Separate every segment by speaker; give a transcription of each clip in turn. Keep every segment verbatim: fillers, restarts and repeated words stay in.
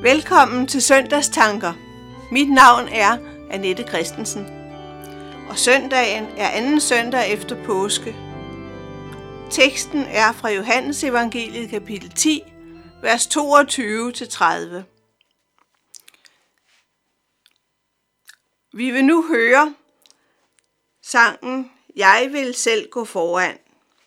Speaker 1: Velkommen til Søndagstanker. Mit navn er Annette Christensen, og søndagen er anden søndag efter påske. Teksten er fra Johannes Evangeliet kapitel ti, vers toogtyve til tredive. Vi vil nu høre sangen Jeg vil selv gå foran.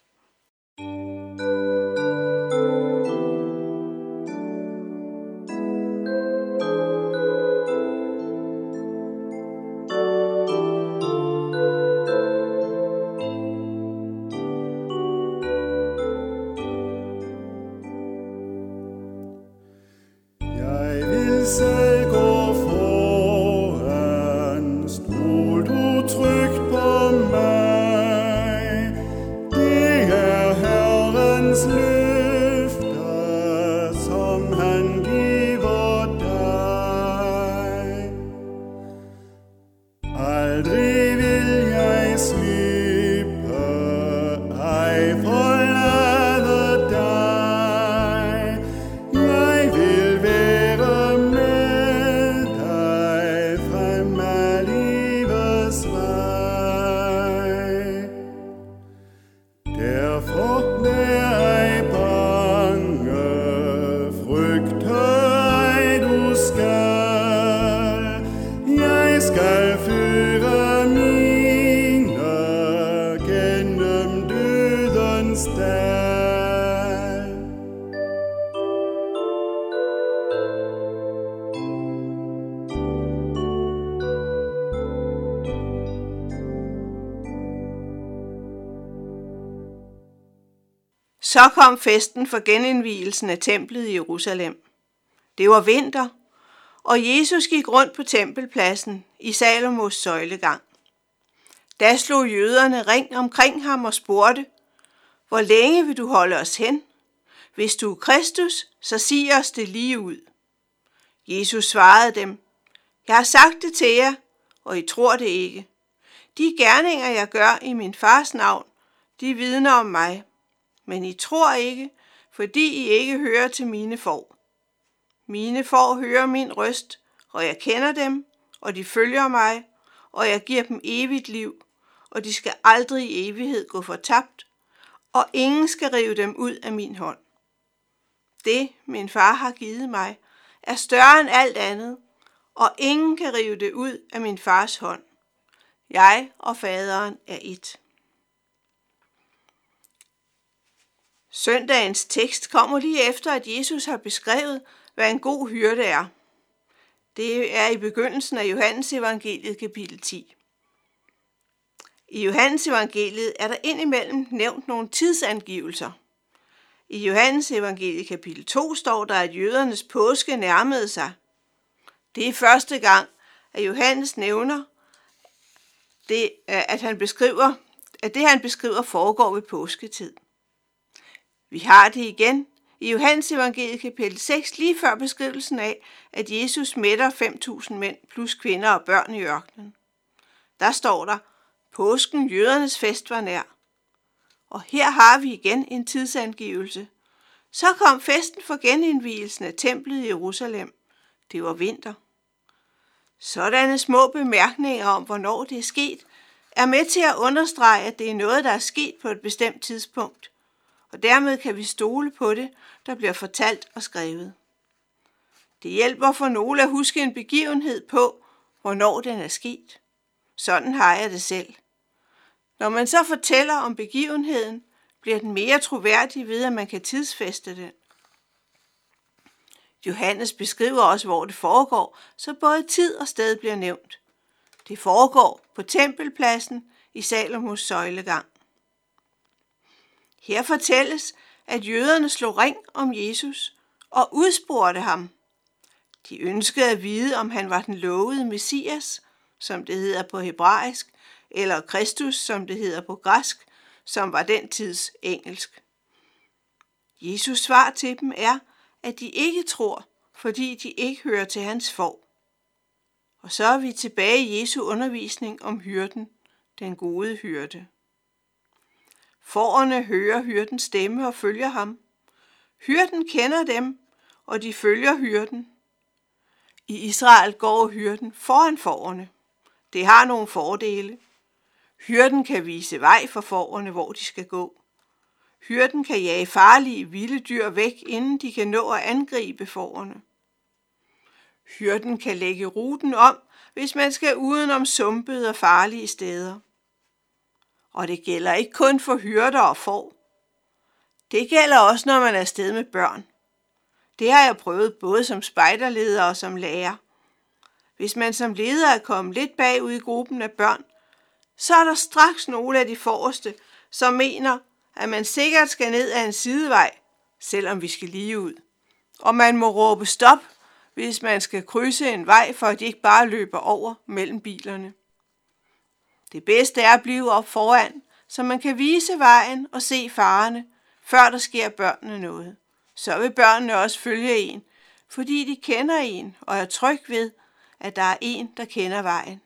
Speaker 2: Selv gå foran, stol du trygt på mig. Det er Herrens løfter, som han giver dig. Aldrig vil jeg slippe, ej forlade dig. Jeg vil være Derfor vær ej bange, frygte ej du skal. Jeg skal føre mine gennem dødens dal.
Speaker 1: Så kom festen for genindvielsen af templet i Jerusalem. Det var vinter, og Jesus gik rundt på tempelpladsen i Salomos søjlegang. Da slog jøderne ring omkring ham og spurgte, hvor længe vil du holde os hen? Hvis du er Kristus, så sig os det lige ud. Jesus svarede dem, jeg har sagt det til jer, og I tror det ikke. De gerninger, jeg gør i min fars navn, de vidner om mig. Men I tror ikke, fordi I ikke hører til mine får. Mine får hører min røst, og jeg kender dem, og de følger mig, og jeg giver dem evigt liv, og de skal aldrig i evighed gå fortabt, og ingen skal rive dem ud af min hånd. Det, min far har givet mig, er større end alt andet, og ingen kan rive det ud af min fars hånd. Jeg og faderen er ét. Søndagens tekst kommer lige efter, at Jesus har beskrevet, hvad en god hyrde er. Det er i begyndelsen af Johannes Evangeliet kapitel ti. I Johannes Evangeliet er der indimellem nævnt nogle tidsangivelser. I Johannes Evangeliet kapitel to står der, at jødernes påske nærmede sig. Det er første gang, at Johannes nævner, det, at, han beskriver, at det, han beskriver, foregår ved påsketid. Vi har det igen i Johannes Evangeliet kapitel seks, lige før beskrivelsen af, at Jesus mætter fem tusind mænd plus kvinder og børn i ørkenen. Der står der, påsken, jødernes fest, var nær. Og her har vi igen en tidsangivelse. Så kom festen for genindvielsen af templet i Jerusalem. Det var vinter. Sådanne små bemærkninger om, hvornår det er sket, er med til at understrege, at det er noget, der er sket på et bestemt tidspunkt. Og dermed kan vi stole på det, der bliver fortalt og skrevet. Det hjælper for nogle at huske en begivenhed på, hvornår den er sket. Sådan har jeg det selv. Når man så fortæller om begivenheden, bliver den mere troværdig ved, at man kan tidsfæste den. Johannes beskriver også, hvor det foregår, så både tid og sted bliver nævnt. Det foregår på tempelpladsen i Salomos søjlegang. Her fortælles, at jøderne slog ring om Jesus og udspurgte ham. De ønskede at vide, om han var den lovede Messias, som det hedder på hebraisk, eller Kristus, som det hedder på græsk, som var den tids engelsk. Jesus svar til dem er, at de ikke tror, fordi de ikke hører til hans får. Og så er vi tilbage i Jesu undervisning om hyrden, den gode hyrde. Fårene hører hyrdens stemme og følger ham. Hyrden kender dem, og de følger hyrden. I Israel går hyrden foran fårene. Det har nogle fordele. Hyrden kan vise vej for fårene, hvor de skal gå. Hyrden kan jage farlige vilde dyr væk, inden de kan nå at angribe fårene. Hyrden kan lægge ruten om, hvis man skal udenom sumpede og farlige steder. Og det gælder ikke kun for hyrder og får. Det gælder også, når man er afsted med børn. Det har jeg prøvet både som spejderleder og som lærer. Hvis man som leder er kommet lidt bagud i gruppen af børn, så er der straks nogle af de forreste, som mener, at man sikkert skal ned ad en sidevej, selvom vi skal lige ud. Og man må råbe stop, hvis man skal krydse en vej, for at de ikke bare løber over mellem bilerne. Det bedste er at blive op foran, så man kan vise vejen og se farerne, før der sker børnene noget. Så vil børnene også følge en, fordi de kender en og er tryg ved, at der er en, der kender vejen.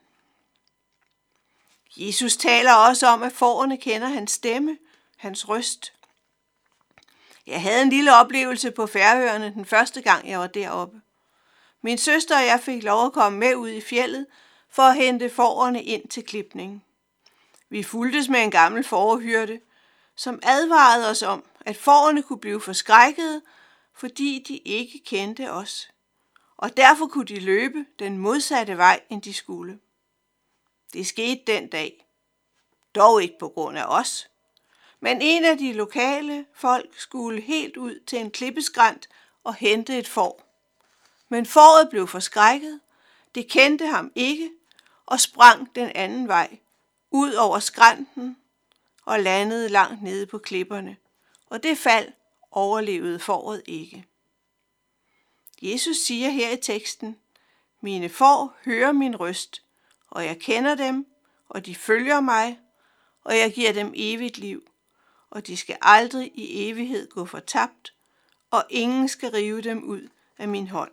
Speaker 1: Jesus taler også om, at fårene kender hans stemme, hans røst. Jeg havde en lille oplevelse på Færøerne den første gang, jeg var deroppe. Min søster og jeg fik lov at komme med ud i fjeldet for at hente fårene ind til klipningen. Vi fulgtes med en gammel fårehyrde, som advarede os om, at fårene kunne blive forskrækkede, fordi de ikke kendte os. Og derfor kunne de løbe den modsatte vej, end de skulle. Det skete den dag. Dog ikke på grund af os. Men en af de lokale folk skulle helt ud til en klippeskrænt og hente et får. Men fåret blev forskrækket, det kendte ham ikke og sprang den anden vej, ud over skrænten og landede langt nede på klipperne. Og det fald overlevede fåret ikke. Jesus siger her i teksten, mine får hører min røst, og jeg kender dem, og de følger mig, og jeg giver dem evigt liv, og de skal aldrig i evighed gå fortabt, og ingen skal rive dem ud af min hånd.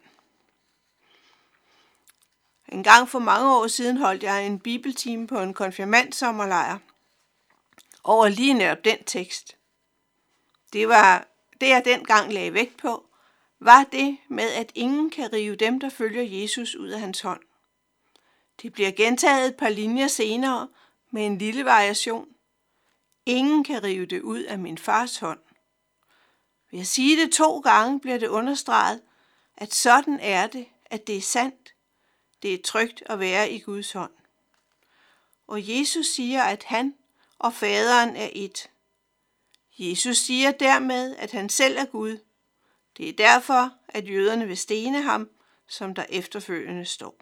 Speaker 1: En gang for mange år siden holdt jeg en bibeltime på en konfirmandsommerlejr over lige netop den tekst. Det var det, jeg dengang lagde vægt på, var det med, at ingen kan rive dem, der følger Jesus, ud af hans hånd. Det bliver gentaget et par linjer senere med en lille variation. Ingen kan rive det ud af min fars hånd. Ved at sige det to gange bliver det understreget, at sådan er det, at det er sandt. Det er trygt at være i Guds hånd. Og Jesus siger, at han og faderen er ét. Jesus siger dermed, at han selv er Gud. Det er derfor, at jøderne vil stene ham, som der efterfølgende står.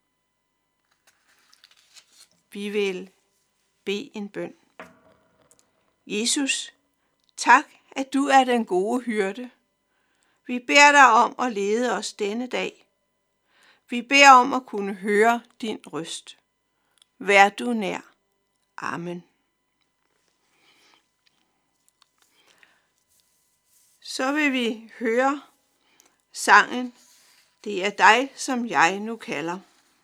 Speaker 1: Vi vil bede en bøn. Jesus, tak, at du er den gode hyrde. Vi beder dig om at lede os denne dag. Vi beder om at kunne høre din røst. Vær du nær. Amen. Så vil vi høre sangen, det er dig, som jeg nu kalder.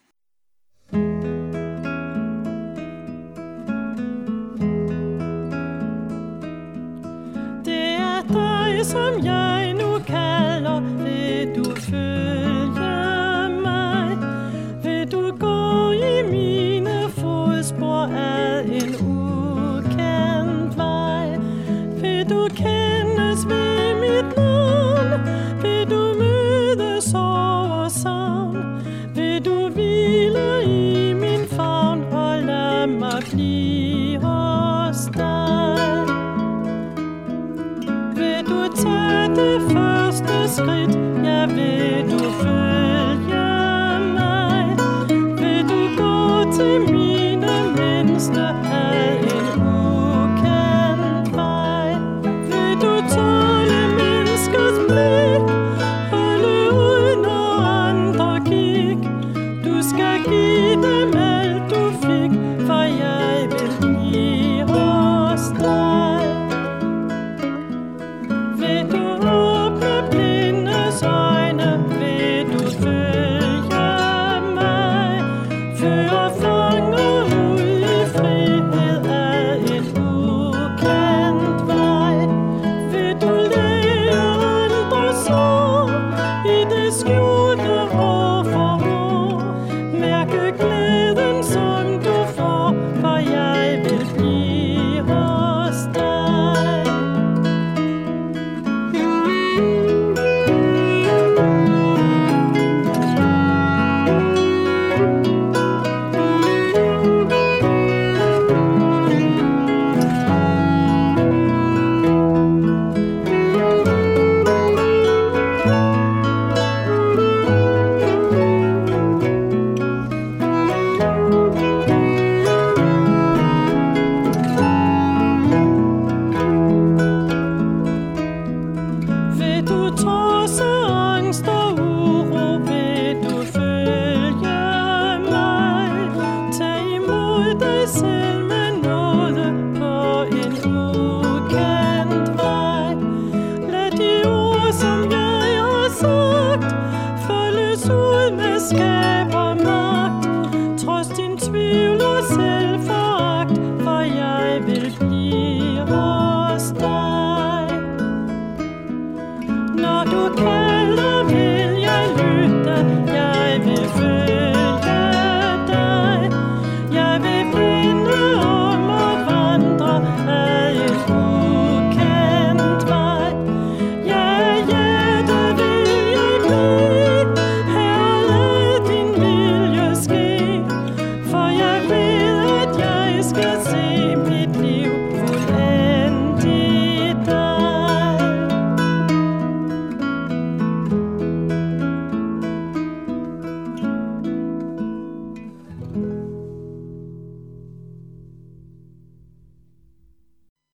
Speaker 3: Det er dig, som jeg nu kalder, vil du følge mig? Vil du gå i mine fodspor ad en ukendt vej? Vil du kendes ved mit navn? Vil du møde sorg og savn? Vil du hvile i min favn og lad mig blive hos dig? Vil du tage det første skridt? Ja, vil du følge mig? Vil du gå til mine mindste ad en ukendt vej? Vil du tåle menneskers blik? Holde ud, når andre gik? Du skal give dem alt du fik, for jeg vil Gud med skabermagt. Trods din tvivl og selvforagt, for jeg vil blive